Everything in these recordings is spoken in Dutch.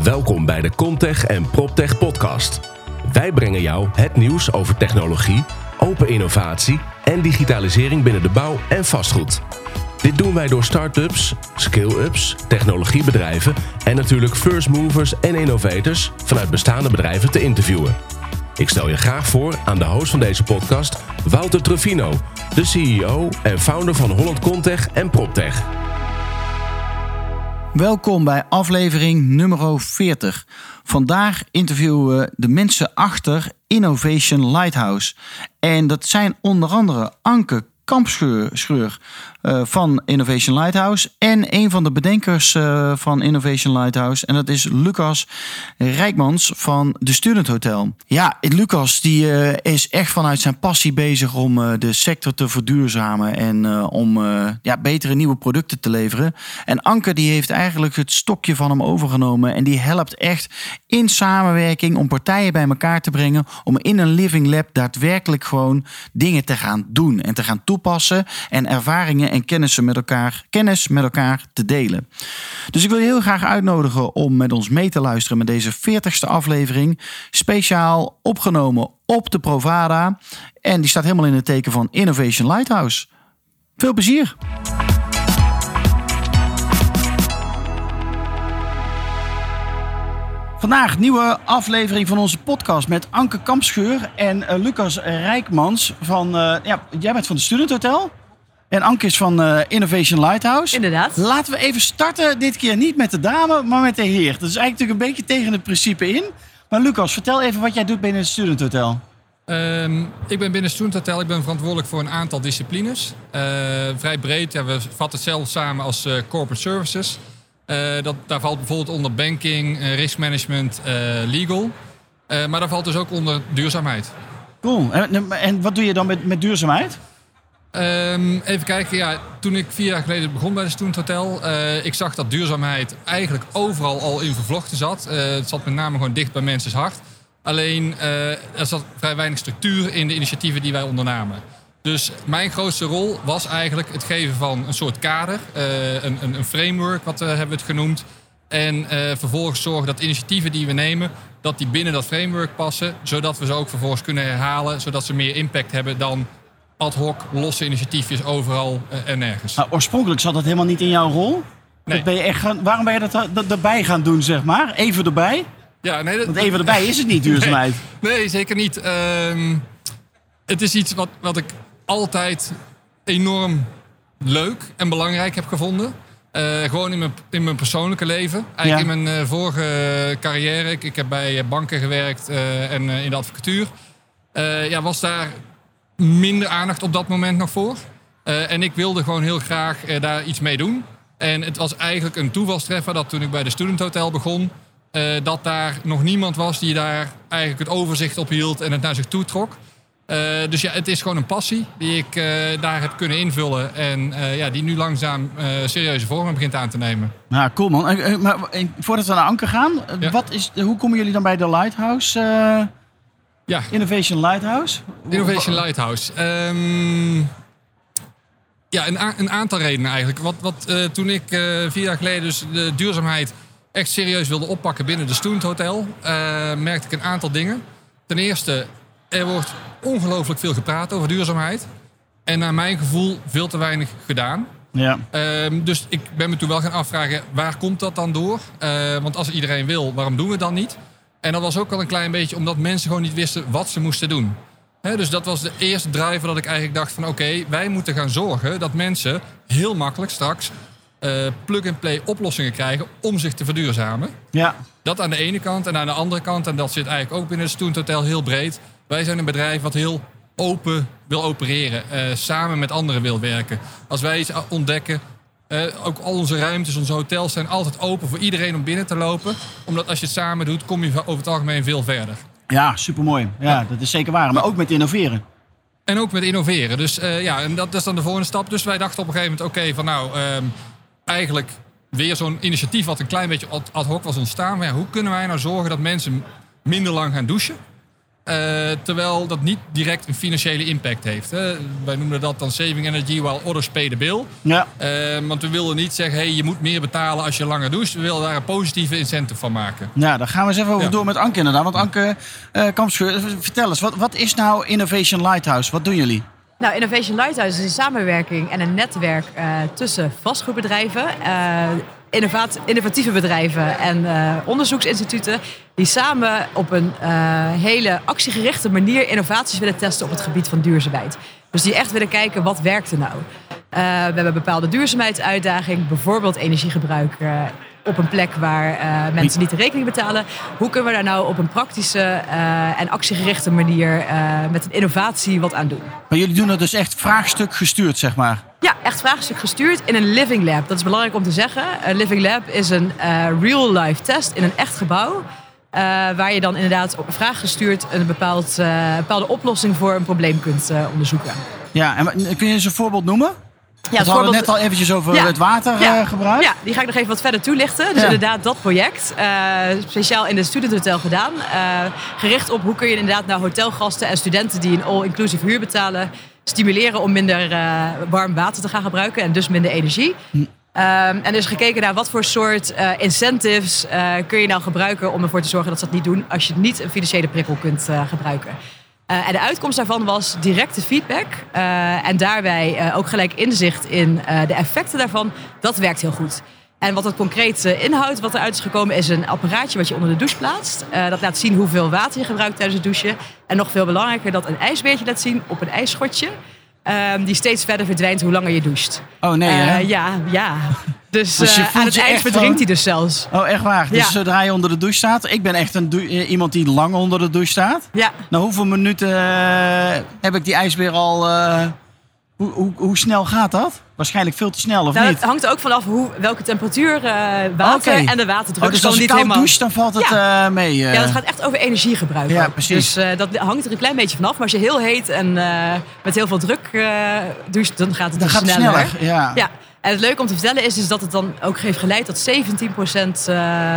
Welkom bij de Comtech en PropTech podcast. Wij brengen jou het nieuws over technologie, open innovatie en digitalisering binnen de bouw en vastgoed. Dit doen wij door start-ups, scale-ups, technologiebedrijven en natuurlijk first movers en innovators vanuit bestaande bedrijven te interviewen. Ik stel je graag voor aan de host van deze podcast, Wouter Truffino, de CEO en founder van Holland Comtech en PropTech. Welkom bij aflevering nummer 40. Vandaag interviewen we de mensen achter Innovation Lighthouse. En dat zijn onder andere Anke Kampscheur van Innovation Lighthouse en een van de bedenkers van Innovation Lighthouse. En dat is Lucas Rijkmans van de Student Hotel. Ja, Lucas die is echt vanuit zijn passie bezig om de sector te verduurzamen en om betere nieuwe producten te leveren. En Anke die heeft eigenlijk het stokje van hem overgenomen en die helpt echt in samenwerking om partijen bij elkaar te brengen om in een living lab daadwerkelijk gewoon dingen te gaan doen en te gaan toepassen en ervaringen en kennis met elkaar te delen. Dus ik wil je heel graag uitnodigen om met ons mee te luisteren met deze 40ste aflevering. Speciaal opgenomen op de Provada. En die staat helemaal in het teken van Innovation Lighthouse. Veel plezier! Vandaag nieuwe aflevering van onze podcast met Anke Kampscheur en Lucas Rijkmans van... jij bent van de Student Hotel. En Anke is van Innovation Lighthouse. Inderdaad. Laten we even starten, dit keer niet met de dame, maar met de heer. Dat is eigenlijk natuurlijk een beetje tegen het principe in. Maar Lucas, vertel even wat jij doet binnen het Student Hotel. Ik ben binnen het Student Hotel. Ik ben verantwoordelijk voor een aantal disciplines. Vrij breed. Ja, we vatten het zelf samen als corporate services. Daar valt bijvoorbeeld onder banking, risk management, legal. Maar daar valt dus ook onder duurzaamheid. Cool. En wat doe je dan met duurzaamheid? Even kijken, ja, toen ik 4 jaar geleden begon bij de Student Hotel, ik zag dat duurzaamheid eigenlijk overal al in vervlochten zat. Het zat met name gewoon dicht bij mensen's hart. Alleen, er zat vrij weinig structuur in de initiatieven die wij ondernamen. Dus mijn grootste rol was eigenlijk het geven van een soort kader, een framework, wat hebben we het genoemd. En vervolgens zorgen dat initiatieven die we nemen, dat die binnen dat framework passen, zodat we ze ook vervolgens kunnen herhalen, zodat ze meer impact hebben dan ad hoc, losse initiatiefjes overal en nergens. Nou, oorspronkelijk zat dat helemaal niet in jouw rol. Nee. Waarom ben je dat erbij gaan doen, zeg maar? Even erbij? Ja, nee, want even erbij is het niet, duurzaamheid. Nee, zeker niet. Het is iets wat ik altijd enorm leuk en belangrijk heb gevonden. Gewoon in mijn persoonlijke leven. Eigenlijk in mijn vorige carrière. Ik heb bij banken gewerkt en in de advocatuur. Was daar minder aandacht op dat moment nog voor. En ik wilde gewoon heel graag daar iets mee doen. En het was eigenlijk een toevalstreffer dat toen ik bij de Student Hotel begon, dat daar nog niemand was die daar eigenlijk het overzicht op hield en het naar zich toe trok. Dus ja, het is gewoon een passie die ik daar heb kunnen invullen. En die nu langzaam serieuze vormen begint aan te nemen. Nou, cool man. Maar voordat we naar Anke gaan, hoe komen jullie dan bij de Lighthouse? Innovation Lighthouse? Innovation Lighthouse. Een aantal redenen eigenlijk. Toen ik 4 jaar geleden dus de duurzaamheid echt serieus wilde oppakken binnen de Student Hotel, merkte ik een aantal dingen. Ten eerste, er wordt ongelooflijk veel gepraat over duurzaamheid. En naar mijn gevoel veel te weinig gedaan. Ja. Dus ik ben me toen wel gaan afvragen, waar komt dat dan door? Want als iedereen wil, waarom doen we het dan niet? En dat was ook al een klein beetje omdat mensen gewoon niet wisten wat ze moesten doen. Dus dat was de eerste driver dat ik eigenlijk dacht van oké, wij moeten gaan zorgen dat mensen heel makkelijk straks plug-and-play oplossingen krijgen om zich te verduurzamen. Ja. Dat aan de ene kant. En aan de andere kant, en dat zit eigenlijk ook binnen het Student Hotel heel breed. Wij zijn een bedrijf wat heel open wil opereren. Samen met anderen wil werken. Als wij iets ontdekken, ook al onze ruimtes, onze hotels zijn altijd open voor iedereen om binnen te lopen. Omdat als je het samen doet, kom je over het algemeen veel verder. Ja, supermooi. Ja, dat is zeker waar. Maar ook met innoveren. En ook met innoveren. Dus en dat is dan de volgende stap. Dus wij dachten op een gegeven moment, eigenlijk weer zo'n initiatief wat een klein beetje ad hoc was ontstaan. Maar hoe kunnen wij nou zorgen dat mensen minder lang gaan douchen? Terwijl dat niet direct een financiële impact heeft. Hè. Wij noemen dat dan saving energy while others pay the bill. Ja. Want we willen niet zeggen, je moet meer betalen als je langer doucht. We willen daar een positieve incentive van maken. Ja, daar gaan we eens even over door met Anke inderdaad. Want Anke Kampscheur, vertel eens, wat is nou Innovation Lighthouse? Wat doen jullie? Nou, Innovation Lighthouse is een samenwerking en een netwerk tussen vastgoedbedrijven, innovatieve bedrijven en onderzoeksinstituten die samen op een hele actiegerichte manier innovaties willen testen op het gebied van duurzaamheid. Dus die echt willen kijken, wat werkt er nou? We hebben een bepaalde duurzaamheidsuitdaging, bijvoorbeeld energiegebruik op een plek waar mensen niet de rekening betalen. Hoe kunnen we daar nou op een praktische en actiegerichte manier met een innovatie wat aan doen? Maar jullie doen dat dus echt vraagstuk gestuurd, zeg maar? Ja, echt vraagstuk gestuurd in een living lab. Dat is belangrijk om te zeggen. Een living lab is een real-life test in een echt gebouw. Waar je dan inderdaad op vraag gestuurd een bepaalde oplossing voor een probleem kunt onderzoeken. Ja, en kun je eens een voorbeeld noemen? Ja, we hadden net al eventjes over het watergebruik. Ja, die ga ik nog even wat verder toelichten. Dus inderdaad dat project, speciaal in de Student Hotel gedaan. Gericht op hoe kun je inderdaad nou hotelgasten en studenten die een all-inclusive huur betalen stimuleren om minder warm water te gaan gebruiken en dus minder energie. En dus gekeken naar wat voor soort incentives kun je nou gebruiken om ervoor te zorgen dat ze dat niet doen als je niet een financiële prikkel kunt gebruiken. En de uitkomst daarvan was directe feedback. En daarbij ook gelijk inzicht in de effecten daarvan. Dat werkt heel goed. En wat het concreet inhoudt, wat eruit is gekomen, is een apparaatje wat je onder de douche plaatst. Dat laat zien hoeveel water je gebruikt tijdens het douchen. En nog veel belangrijker, dat een ijsbeertje laat zien op een ijsschotje. Die steeds verder verdwijnt hoe langer je doucht. Oh nee, hè? Ja. Dus aan het eind verdrinkt hij dus zelfs. Oh, echt waar? Dus zodra je onder de douche staat... Ik ben echt iemand die lang onder de douche staat. Ja. Nou, hoeveel minuten heb ik die ijsbeer al... Hoe snel gaat dat? Waarschijnlijk veel te snel, of niet? Het hangt ook vanaf welke temperatuur water en de waterdruk. Dus als je koud doucht, dan valt het mee? Ja, dat gaat echt over energiegebruik. Ja, precies. Dus dat hangt er een klein beetje vanaf. Maar als je heel heet en met heel veel druk doucht, dan gaat het sneller. Ja. En het leuke om te vertellen is dat het dan ook heeft geleid tot 17%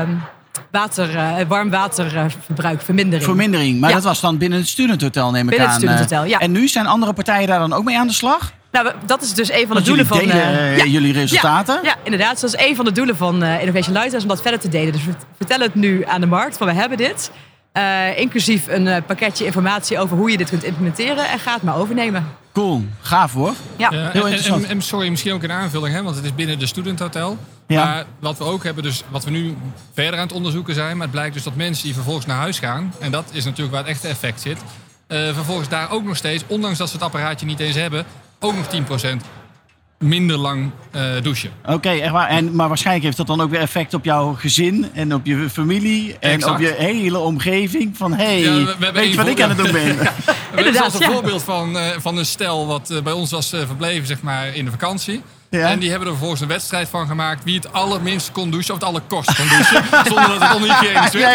warm waterverbruik, vermindering. Maar dat was dan binnen het studenthotel, neem ik aan. Binnen het studenthotel, ja. En nu zijn andere partijen daar dan ook mee aan de slag? Nou, dat is dus een van de doelen van... jullie resultaten? Ja, inderdaad. Dat is een van de doelen van Innovation Lighthouse om dat verder te delen. Dus we vertellen het nu aan de markt van we hebben dit. Inclusief een pakketje informatie over hoe je dit kunt implementeren. En ga het maar overnemen. Cool, gaaf hoor. Ja. Heel interessant. En sorry, misschien ook een aanvulling, hè, want het is binnen de Student Hotel. Ja. Maar wat we ook hebben, dus wat we nu verder aan het onderzoeken zijn, maar het blijkt dus dat mensen die vervolgens naar huis gaan, en dat is natuurlijk waar het echte effect zit, vervolgens daar ook nog steeds, ondanks dat ze het apparaatje niet eens hebben, ook nog 10% minder lang douchen. Oké, echt waar. Maar waarschijnlijk heeft dat dan ook weer effect op jouw gezin en op je familie en op je hele omgeving. Van weet je wat ik aan het doen ben? We hebben zelfs een voorbeeld van een stel wat bij ons was verbleven, zeg maar, in de vakantie. Ja. En die hebben er vervolgens een wedstrijd van gemaakt wie het allerminst kon douchen of het allerkortst kon douchen. Zonder dat het onhygiënisch werd.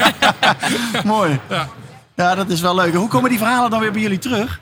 Ja. Mooi. Ja, dat is wel leuk. Hoe komen die verhalen dan weer bij jullie terug?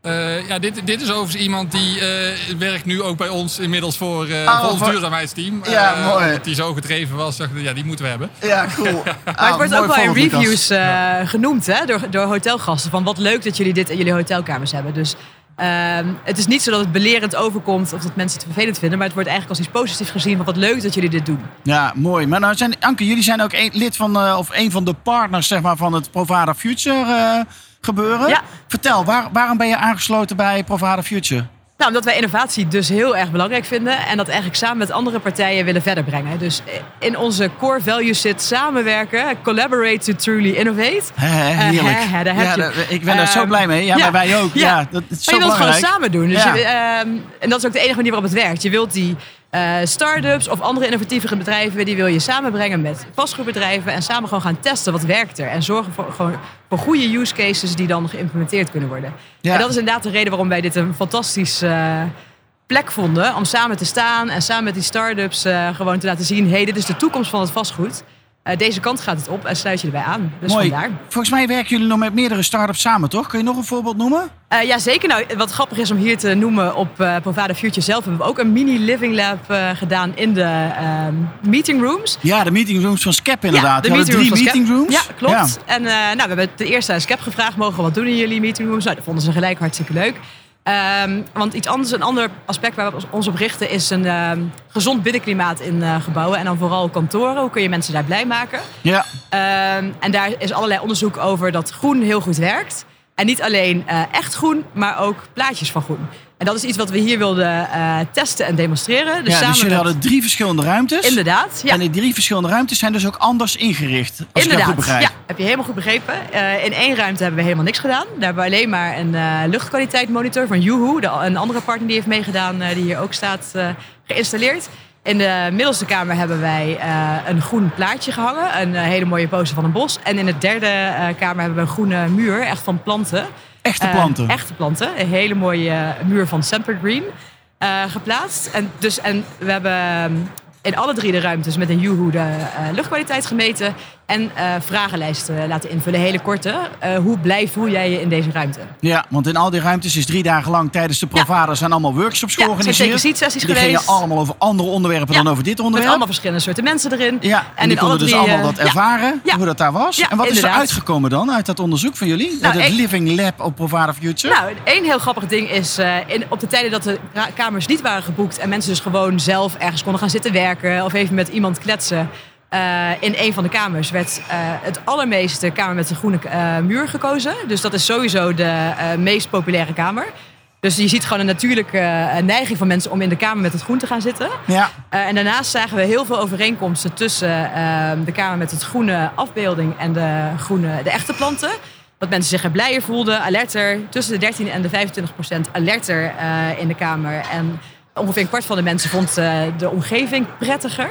Dit is overigens iemand die werkt nu ook bij ons inmiddels voor ons duurzaamheidsteam. Mooi. Die zo gedreven was, die moeten we hebben. Ja, cool. Maar het wordt ook wel in reviews genoemd door hotelgasten. Van wat leuk dat jullie dit in jullie hotelkamers hebben. Dus het is niet zo dat het belerend overkomt of dat mensen het vervelend vinden. Maar het wordt eigenlijk als iets positiefs gezien van wat leuk dat jullie dit doen. Ja, mooi. Maar nou Anke, jullie zijn ook lid van, of een van de partners zeg maar, van het Provada Future gebeuren. Ja. Vertel, waarom ben je aangesloten bij Provada Future? Nou, omdat wij innovatie dus heel erg belangrijk vinden en dat eigenlijk samen met andere partijen willen verder brengen. Dus in onze core values zit samenwerken, collaborate to truly innovate. Heerlijk. Ik ben daar zo blij mee. Ja, maar wij ook. Ja, dat is zo belangrijk. Maar je wilt het gewoon samen doen. Dus en dat is ook de enige manier waarop het werkt. Je wilt die start-ups of andere innovatieve bedrijven, die wil je samenbrengen met vastgoedbedrijven en samen gewoon gaan testen wat werkt er. En zorgen voor goede use cases die dan geïmplementeerd kunnen worden. Ja. En dat is inderdaad de reden waarom wij dit een fantastische plek vonden om samen te staan en samen met die start-ups gewoon te laten zien, dit is de toekomst van het vastgoed. Deze kant gaat het op en sluit je erbij aan. Dus Mooi. vandaar. Volgens mij werken jullie nog met meerdere start-ups samen, toch? Kun je nog een voorbeeld noemen? Ja, zeker. Nou, wat grappig is om hier te noemen, op Provada Future zelf hebben we ook een mini living lab gedaan in de meeting rooms. Ja, de meeting rooms van Skep inderdaad. Ja, We hadden 3 meeting rooms. Ja, klopt. Ja. En we hebben ten eerste aan Skep gevraagd, mogen we wat doen in jullie meeting rooms? Nou, dat vonden ze gelijk hartstikke leuk. Want een ander aspect waar we ons op richten is een gezond binnenklimaat in gebouwen. En dan vooral kantoren. Hoe kun je mensen daar blij maken? Ja. En daar is allerlei onderzoek over dat groen heel goed werkt. En niet alleen echt groen, maar ook plaatjes van groen. En dat is iets wat we hier wilden testen en demonstreren. Dus, Dus jullie hadden 3 verschillende ruimtes. Inderdaad, ja. En die 3 verschillende ruimtes zijn dus ook anders ingericht. Als ik dat goed begrijp. Ja, heb je helemaal goed begrepen. In 1 ruimte hebben we helemaal niks gedaan. Daar hebben we alleen maar een luchtkwaliteitsmonitor van Yuhu, een andere partner die heeft meegedaan, die hier ook staat, geïnstalleerd. In de middelste kamer hebben wij een groen plaatje gehangen. Een hele mooie poster van een bos. En in de derde kamer hebben we een groene muur, echt van planten. Echte planten? Echte planten. Een hele mooie muur van Semper Green geplaatst. En we hebben in alle 3 de ruimtes met een Yuhu de luchtkwaliteit gemeten. En vragenlijsten laten invullen, hele korte. Hoe blij voel jij je in deze ruimte? Ja, want in al die ruimtes is 3 dagen lang tijdens de Provada zijn allemaal workshops georganiseerd. Ja, er zijn zeker seatsessies geweest. Die gingen allemaal over andere onderwerpen dan over dit onderwerp. Met allemaal verschillende soorten mensen erin. Ja, en die konden dus allemaal dat ervaren, hoe dat daar was. Ja, en wat is inderdaad. er uitgekomen dan uit dat onderzoek van jullie? Nou, het Living Lab op Provada Future? Nou, één heel grappig ding is, op de tijden dat de kamers niet waren geboekt en mensen dus gewoon zelf ergens konden gaan zitten werken of even met iemand kletsen. In een van de kamers werd het allermeeste kamer met een groene muur gekozen. Dus dat is sowieso de meest populaire kamer. Dus je ziet gewoon een natuurlijke neiging van mensen om in de kamer met het groen te gaan zitten. Ja. En daarnaast zagen we heel veel overeenkomsten tussen de kamer met het groene afbeelding en de echte planten. Dat mensen zich er blijer voelden, alerter. Tussen de 13 en de 25% alerter in de kamer. En ongeveer een kwart van de mensen vond de omgeving prettiger.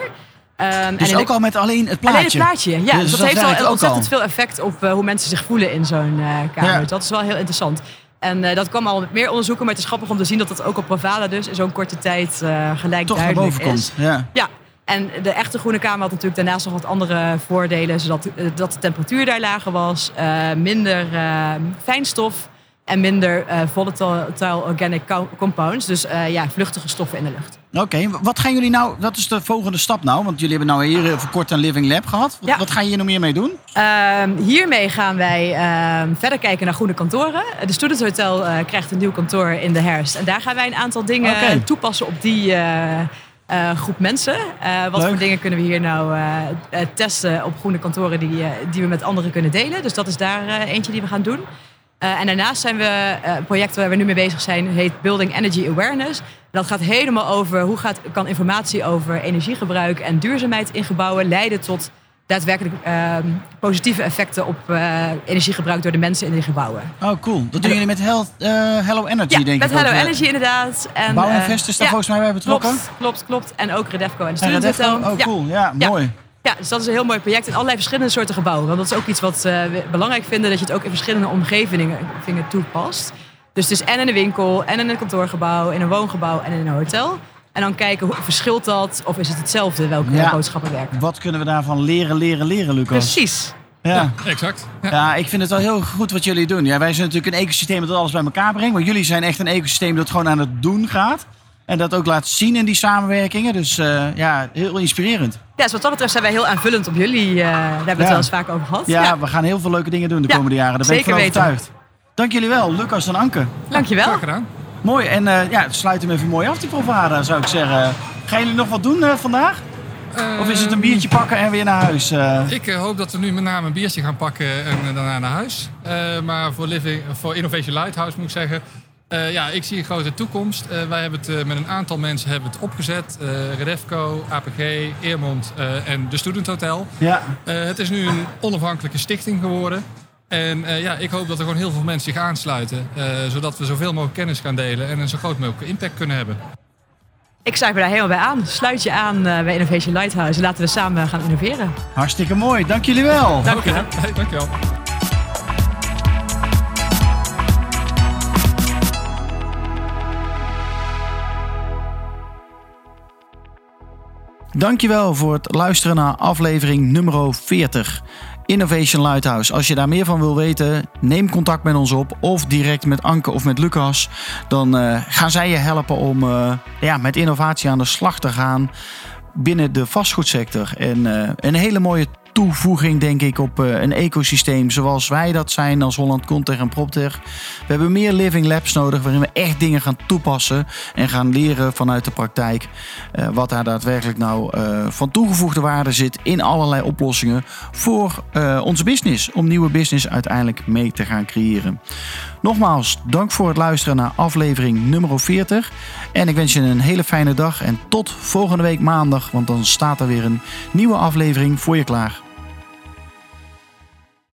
Dus ook al met alleen het plaatje? Alleen het plaatje, ja. Dus dat heeft werkt al ook ontzettend veel effect op hoe mensen zich voelen in zo'n kamer. Ja. Dat is wel heel interessant. En dat kwam al met meer onderzoeken, maar het is grappig om te zien dat dat ook op Provada dus in zo'n korte tijd gelijk toch naar duidelijk boven is. komt. Ja. Ja. En de echte groene kamer had natuurlijk daarnaast nog wat andere voordelen, zodat dat de temperatuur daar lager was, minder fijnstof en minder volatile organic compounds. Dus vluchtige stoffen in de lucht. Oké, wat gaan jullie nou, wat is de volgende stap nou? Want jullie hebben nou hier voor kort een Living Lab gehad. Wat ga je hier nog meer mee doen? Hiermee gaan wij verder kijken naar groene kantoren. De Student Hotel krijgt een nieuw kantoor in de herfst. En daar gaan wij een aantal dingen toepassen op die groep mensen. Wat voor dingen kunnen we hier nou testen op groene kantoren die we met anderen kunnen delen. Dus dat is daar eentje die we gaan doen. En daarnaast zijn we een project waar we nu mee bezig zijn, heet Building Energy Awareness. Dat gaat helemaal over hoe kan informatie over energiegebruik en duurzaamheid in gebouwen leiden tot daadwerkelijk positieve effecten op energiegebruik door de mensen in die gebouwen. Oh, cool. Dat doen jullie met Hello Energy, denk ik. Met Hello Energy inderdaad. En, Bouwinvest is daar volgens mij bij betrokken. Klopt. En ook Redefco en Student Hotel. Oh, cool. Ja, mooi. Ja, dus dat is een heel mooi project in allerlei verschillende soorten gebouwen. Want dat is ook iets wat we belangrijk vinden, dat je het ook in verschillende omgevingen toepast. Dus het is en in een winkel, en in een kantoorgebouw, in een woongebouw en in een hotel. En dan kijken, hoe verschilt dat? Of is het hetzelfde, welke boodschappen werken? Wat kunnen we daarvan leren, Lucas? Precies. Ja, exact. Ja, ik vind het wel heel goed wat jullie doen. Ja, wij zijn natuurlijk een ecosysteem dat alles bij elkaar brengt. Maar jullie zijn echt een ecosysteem dat gewoon aan het doen gaat. En dat ook laat zien in die samenwerkingen. Dus heel inspirerend. Ja, dus wat dat betreft zijn wij heel aanvullend op jullie. Daar hebben we het wel eens vaak over gehad. Ja, we gaan heel veel leuke dingen doen de komende jaren. Daar ben ik van overtuigd. Dank jullie wel, Lucas en Anke. Dankjewel. Graag gedaan. Mooi. En sluit hem even mooi af, die Provada, zou ik zeggen. Gaan jullie nog wat doen vandaag? Of is het een biertje pakken en weer naar huis? Ik hoop dat we nu met name een biertje gaan pakken en daarna naar huis. Maar voor Innovation Lighthouse moet ik zeggen... ik zie een grote toekomst. Wij hebben het met een aantal mensen opgezet. Redefco, APG, Earmond en de Student Hotel. Ja. Het is nu een onafhankelijke stichting geworden. En ik hoop dat er gewoon heel veel mensen zich aansluiten. Zodat we zoveel mogelijk kennis gaan delen en een zo groot mogelijk impact kunnen hebben. Ik sluit me daar helemaal bij aan. Sluit je aan bij Innovation Lighthouse. Laten we samen gaan innoveren. Hartstikke mooi. Dank jullie wel. Dank je wel. Dankjewel. Dankjewel voor het luisteren naar aflevering nummer 40. Innovation Lighthouse. Als je daar meer van wil weten, neem contact met ons op. Of direct met Anke of met Lucas. Dan gaan zij je helpen om met innovatie aan de slag te gaan binnen de vastgoedsector. En een hele mooie toevoeging, denk ik, op een ecosysteem zoals wij dat zijn als Holland Contech en PropTech. We hebben meer living labs nodig waarin we echt dingen gaan toepassen en gaan leren vanuit de praktijk wat daar daadwerkelijk van toegevoegde waarde zit in allerlei oplossingen voor onze business, om nieuwe business uiteindelijk mee te gaan creëren. Nogmaals, dank voor het luisteren naar aflevering nummer 40 en ik wens je een hele fijne dag en tot volgende week maandag, want dan staat er weer een nieuwe aflevering voor je klaar.